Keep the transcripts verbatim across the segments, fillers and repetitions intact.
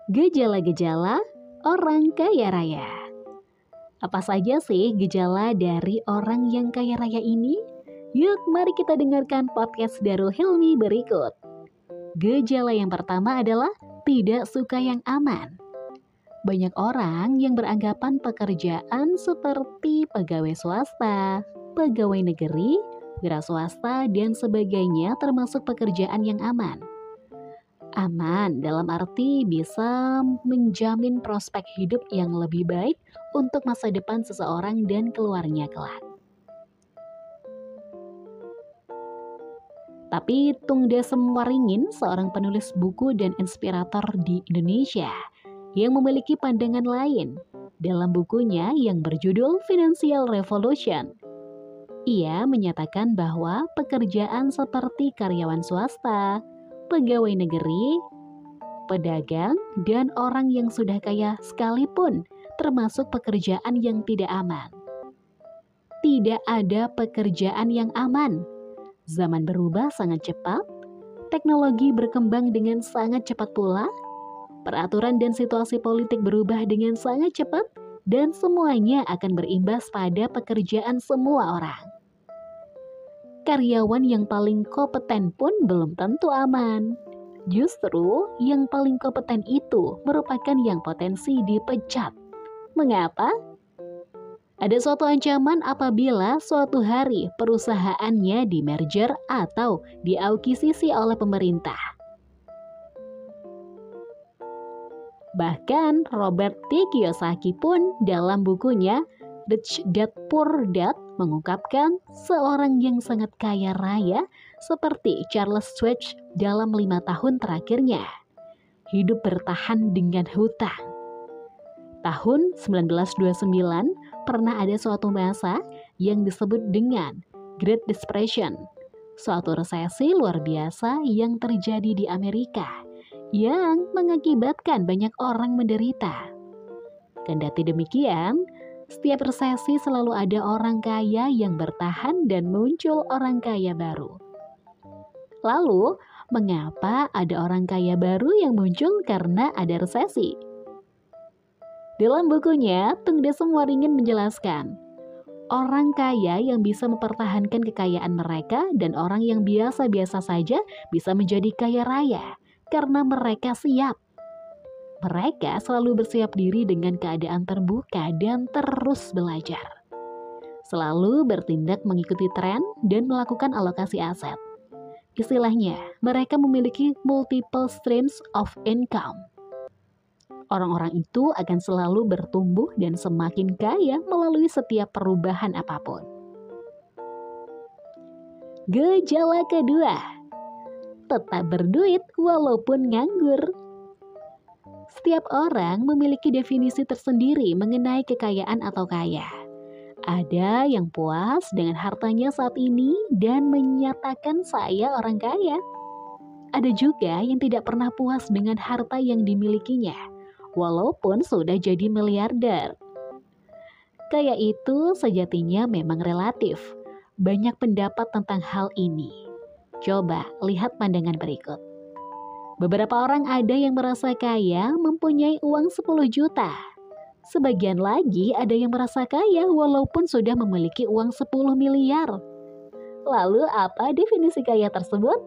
Gejala-gejala orang kaya raya. Apa saja sih gejala dari orang yang kaya raya ini? Yuk, mari kita dengarkan podcast Darul Hilmi berikut. Gejala yang pertama adalah tidak suka yang aman. Banyak orang yang beranggapan pekerjaan seperti pegawai swasta, pegawai negeri, wira swasta, dan sebagainya termasuk pekerjaan yang aman. Aman dalam arti bisa menjamin prospek hidup yang lebih baik untuk masa depan seseorang dan keluarnya kelak. Tapi Tung Desem Waringin, seorang penulis buku dan inspirator di Indonesia, yang memiliki pandangan lain dalam bukunya yang berjudul Financial Revolution. Ia menyatakan bahwa pekerjaan seperti karyawan swasta, pegawai negeri, pedagang, dan orang yang sudah kaya sekalipun termasuk pekerjaan yang tidak aman. Tidak ada pekerjaan yang aman. Zaman berubah sangat cepat, teknologi berkembang dengan sangat cepat pula, peraturan dan situasi politik berubah dengan sangat cepat, dan semuanya akan berimbas pada pekerjaan semua orang. Karyawan yang paling kompeten pun belum tentu aman. Justru yang paling kompeten itu merupakan yang potensi dipecat. Mengapa? Ada suatu ancaman apabila suatu hari perusahaannya di-merger atau diakuisisi oleh pemerintah. Bahkan Robert T. Kiyosaki pun dalam bukunya Rich Dad Poor Dad mengungkapkan seorang yang sangat kaya raya seperti Charles Schwab dalam lima tahun terakhirnya hidup bertahan dengan hutang. Tahun sembilan belas dua puluh sembilan pernah ada suatu masa yang disebut dengan Great Depression, suatu resesi luar biasa yang terjadi di Amerika yang mengakibatkan banyak orang menderita. Kendati demikian, setiap resesi selalu ada orang kaya yang bertahan dan muncul orang kaya baru. Lalu, mengapa ada orang kaya baru yang muncul karena ada resesi? Dalam bukunya, Tung Desem Waringin menjelaskan, orang kaya yang bisa mempertahankan kekayaan mereka dan orang yang biasa-biasa saja bisa menjadi kaya raya karena mereka siap. Mereka selalu bersiap diri dengan keadaan terbuka dan terus belajar. Selalu bertindak mengikuti tren dan melakukan alokasi aset. Istilahnya, mereka memiliki multiple streams of income. Orang-orang itu akan selalu bertumbuh dan semakin kaya melalui setiap perubahan apapun. Gejala kedua, tetap berduit walaupun nganggur. Setiap orang memiliki definisi tersendiri mengenai kekayaan atau kaya. Ada yang puas dengan hartanya saat ini dan menyatakan saya orang kaya. Ada juga yang tidak pernah puas dengan harta yang dimilikinya, walaupun sudah jadi miliarder. Kaya itu sejatinya memang relatif. Banyak pendapat tentang hal ini. Coba lihat pandangan berikut. Beberapa orang ada yang merasa kaya mempunyai uang sepuluh juta. Sebagian lagi ada yang merasa kaya walaupun sudah memiliki uang sepuluh miliar. Lalu apa definisi kaya tersebut?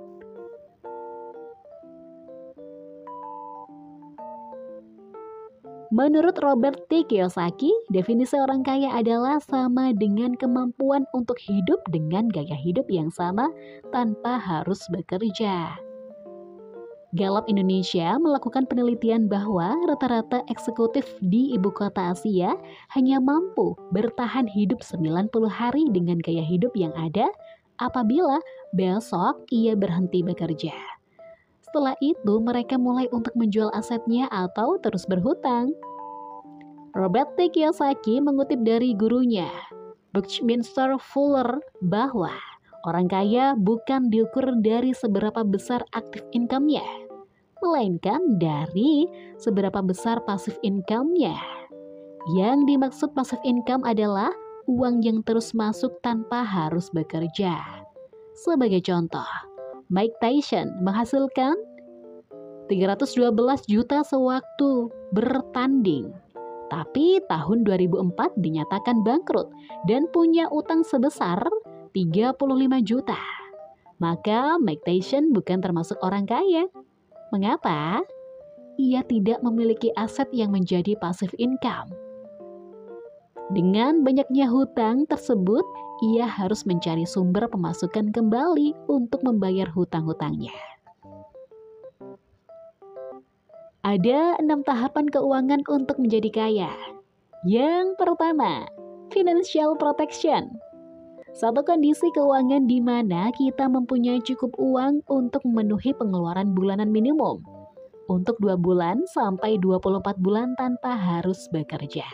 Menurut Robert T. Kiyosaki, definisi orang kaya adalah sama dengan kemampuan untuk hidup dengan gaya hidup yang sama tanpa harus bekerja. Gallup Indonesia melakukan penelitian bahwa rata-rata eksekutif di ibu kota Asia hanya mampu bertahan hidup sembilan puluh hari dengan gaya hidup yang ada apabila besok ia berhenti bekerja. Setelah itu mereka mulai untuk menjual asetnya atau terus berhutang. Robert T. Kiyosaki mengutip dari gurunya, Buckminster Fuller, bahwa orang kaya bukan diukur dari seberapa besar aktif income-nya, melainkan dari seberapa besar passive income-nya. Yang dimaksud passive income adalah uang yang terus masuk tanpa harus bekerja. Sebagai contoh, Mike Tyson menghasilkan tiga ratus dua belas juta sewaktu bertanding. Tapi tahun dua ribu empat dinyatakan bangkrut dan punya utang sebesar tiga puluh lima juta. Maka Mike Tyson bukan termasuk orang kaya. Mengapa? Ia tidak memiliki aset yang menjadi passive income. Dengan banyaknya hutang tersebut, ia harus mencari sumber pemasukan kembali untuk membayar hutang-hutangnya. Ada enam tahapan keuangan untuk menjadi kaya. Yang pertama, financial protection. Satu kondisi keuangan di mana kita mempunyai cukup uang untuk memenuhi pengeluaran bulanan minimum untuk dua bulan sampai dua puluh empat bulan tanpa harus bekerja.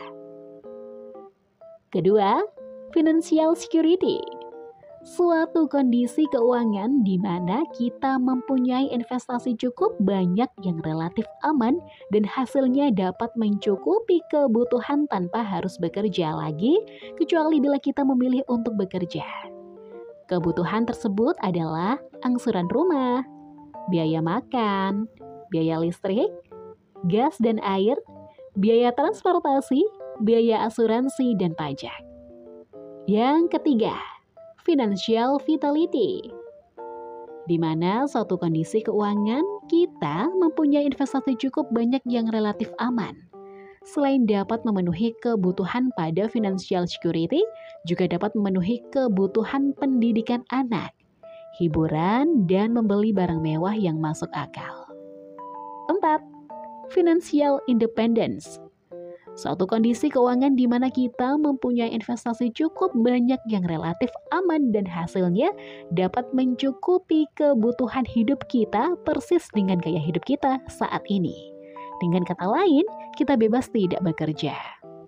Kedua, financial security. Suatu kondisi keuangan di mana kita mempunyai investasi cukup banyak yang relatif aman dan hasilnya dapat mencukupi kebutuhan tanpa harus bekerja lagi, kecuali bila kita memilih untuk bekerja. Kebutuhan tersebut adalah angsuran rumah, biaya makan, biaya listrik, gas dan air, biaya transportasi, biaya asuransi, dan pajak. Yang ketiga, financial vitality, di mana suatu kondisi keuangan kita mempunyai investasi cukup banyak yang relatif aman. Selain dapat memenuhi kebutuhan pada financial security, juga dapat memenuhi kebutuhan pendidikan anak, hiburan, dan membeli barang mewah yang masuk akal. Keempat, financial independence. Suatu kondisi keuangan di mana kita mempunyai investasi cukup banyak yang relatif aman dan hasilnya dapat mencukupi kebutuhan hidup kita persis dengan gaya hidup kita saat ini. Dengan kata lain, kita bebas tidak bekerja.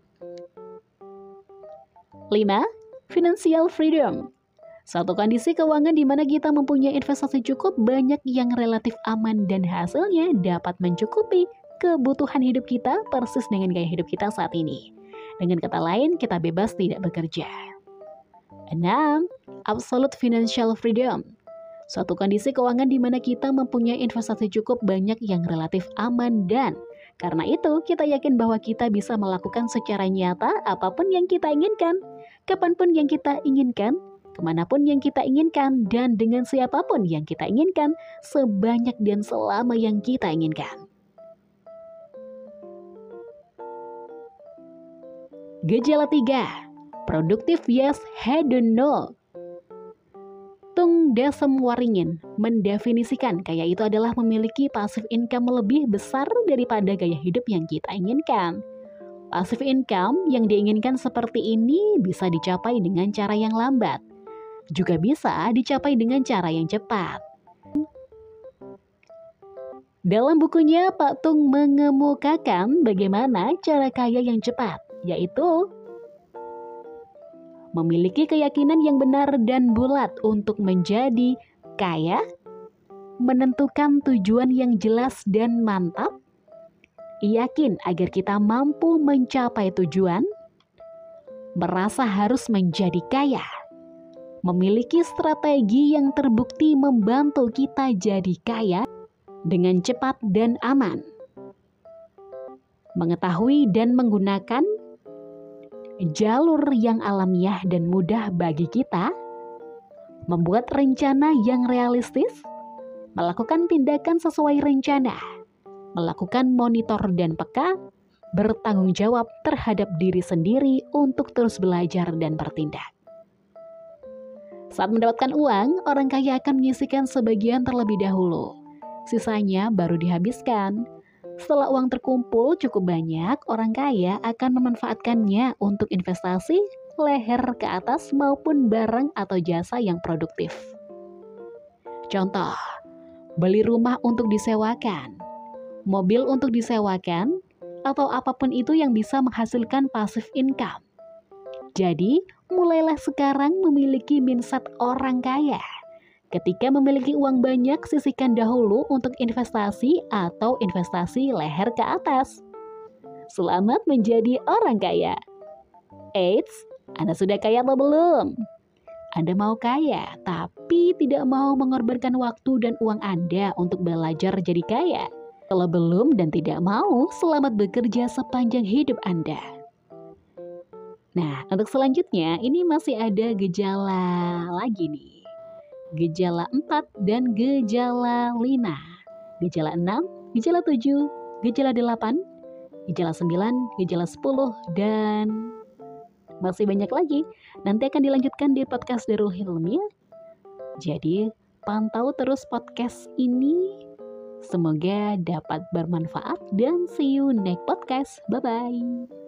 Lima, financial freedom. Suatu kondisi keuangan di mana kita mempunyai investasi cukup banyak yang relatif aman dan hasilnya dapat mencukupi kebutuhan hidup kita persis dengan gaya hidup kita saat ini. Dengan kata lain, kita bebas tidak bekerja. Enam, absolute financial freedom. Suatu kondisi keuangan di mana kita mempunyai investasi cukup banyak yang relatif aman dan karena itu kita yakin bahwa kita bisa melakukan secara nyata apapun yang kita inginkan, kapanpun yang kita inginkan, kemanapun yang kita inginkan, dan dengan siapapun yang kita inginkan, sebanyak dan selama yang kita inginkan. Gejala tiga, produktif yes, hedon no. Tung Desem Waringin mendefinisikan kaya itu adalah memiliki passive income lebih besar daripada gaya hidup yang kita inginkan. Passive income yang diinginkan seperti ini bisa dicapai dengan cara yang lambat, juga bisa dicapai dengan cara yang cepat. Dalam bukunya, Pak Tung mengemukakan bagaimana cara kaya yang cepat, yaitu memiliki keyakinan yang benar dan bulat untuk menjadi kaya, menentukan tujuan yang jelas dan mantap, yakin agar kita mampu mencapai tujuan, merasa harus menjadi kaya, memiliki strategi yang terbukti membantu kita jadi kaya dengan cepat dan aman, mengetahui dan menggunakan jalur yang alamiah dan mudah bagi kita, membuat rencana yang realistis, melakukan tindakan sesuai rencana, melakukan monitor dan peka, bertanggung jawab terhadap diri sendiri untuk terus belajar dan bertindak. Saat mendapatkan uang, orang kaya akan menyisihkan sebagian terlebih dahulu, sisanya baru dihabiskan. Setelah uang terkumpul cukup banyak, orang kaya akan memanfaatkannya untuk investasi, leher ke atas maupun barang atau jasa yang produktif. Contoh, beli rumah untuk disewakan, mobil untuk disewakan, atau apapun itu yang bisa menghasilkan passive income. Jadi, mulailah sekarang memiliki mindset orang kaya. Ketika memiliki uang banyak, sisihkan dahulu untuk investasi atau investasi leher ke atas. Selamat menjadi orang kaya. Eits, Anda sudah kaya atau belum? Anda mau kaya, tapi tidak mau mengorbankan waktu dan uang Anda untuk belajar jadi kaya. Kalau belum dan tidak mau, selamat bekerja sepanjang hidup Anda. Nah, untuk selanjutnya ini masih ada gejala lagi nih. Gejala empat dan gejala lima. Gejala enam, gejala tujuh, gejala delapan, gejala sembilan, gejala sepuluh, dan masih banyak lagi. Nanti akan dilanjutkan di podcast Darul Hilmi. Jadi, pantau terus podcast ini. Semoga dapat bermanfaat dan see you next podcast. Bye-bye.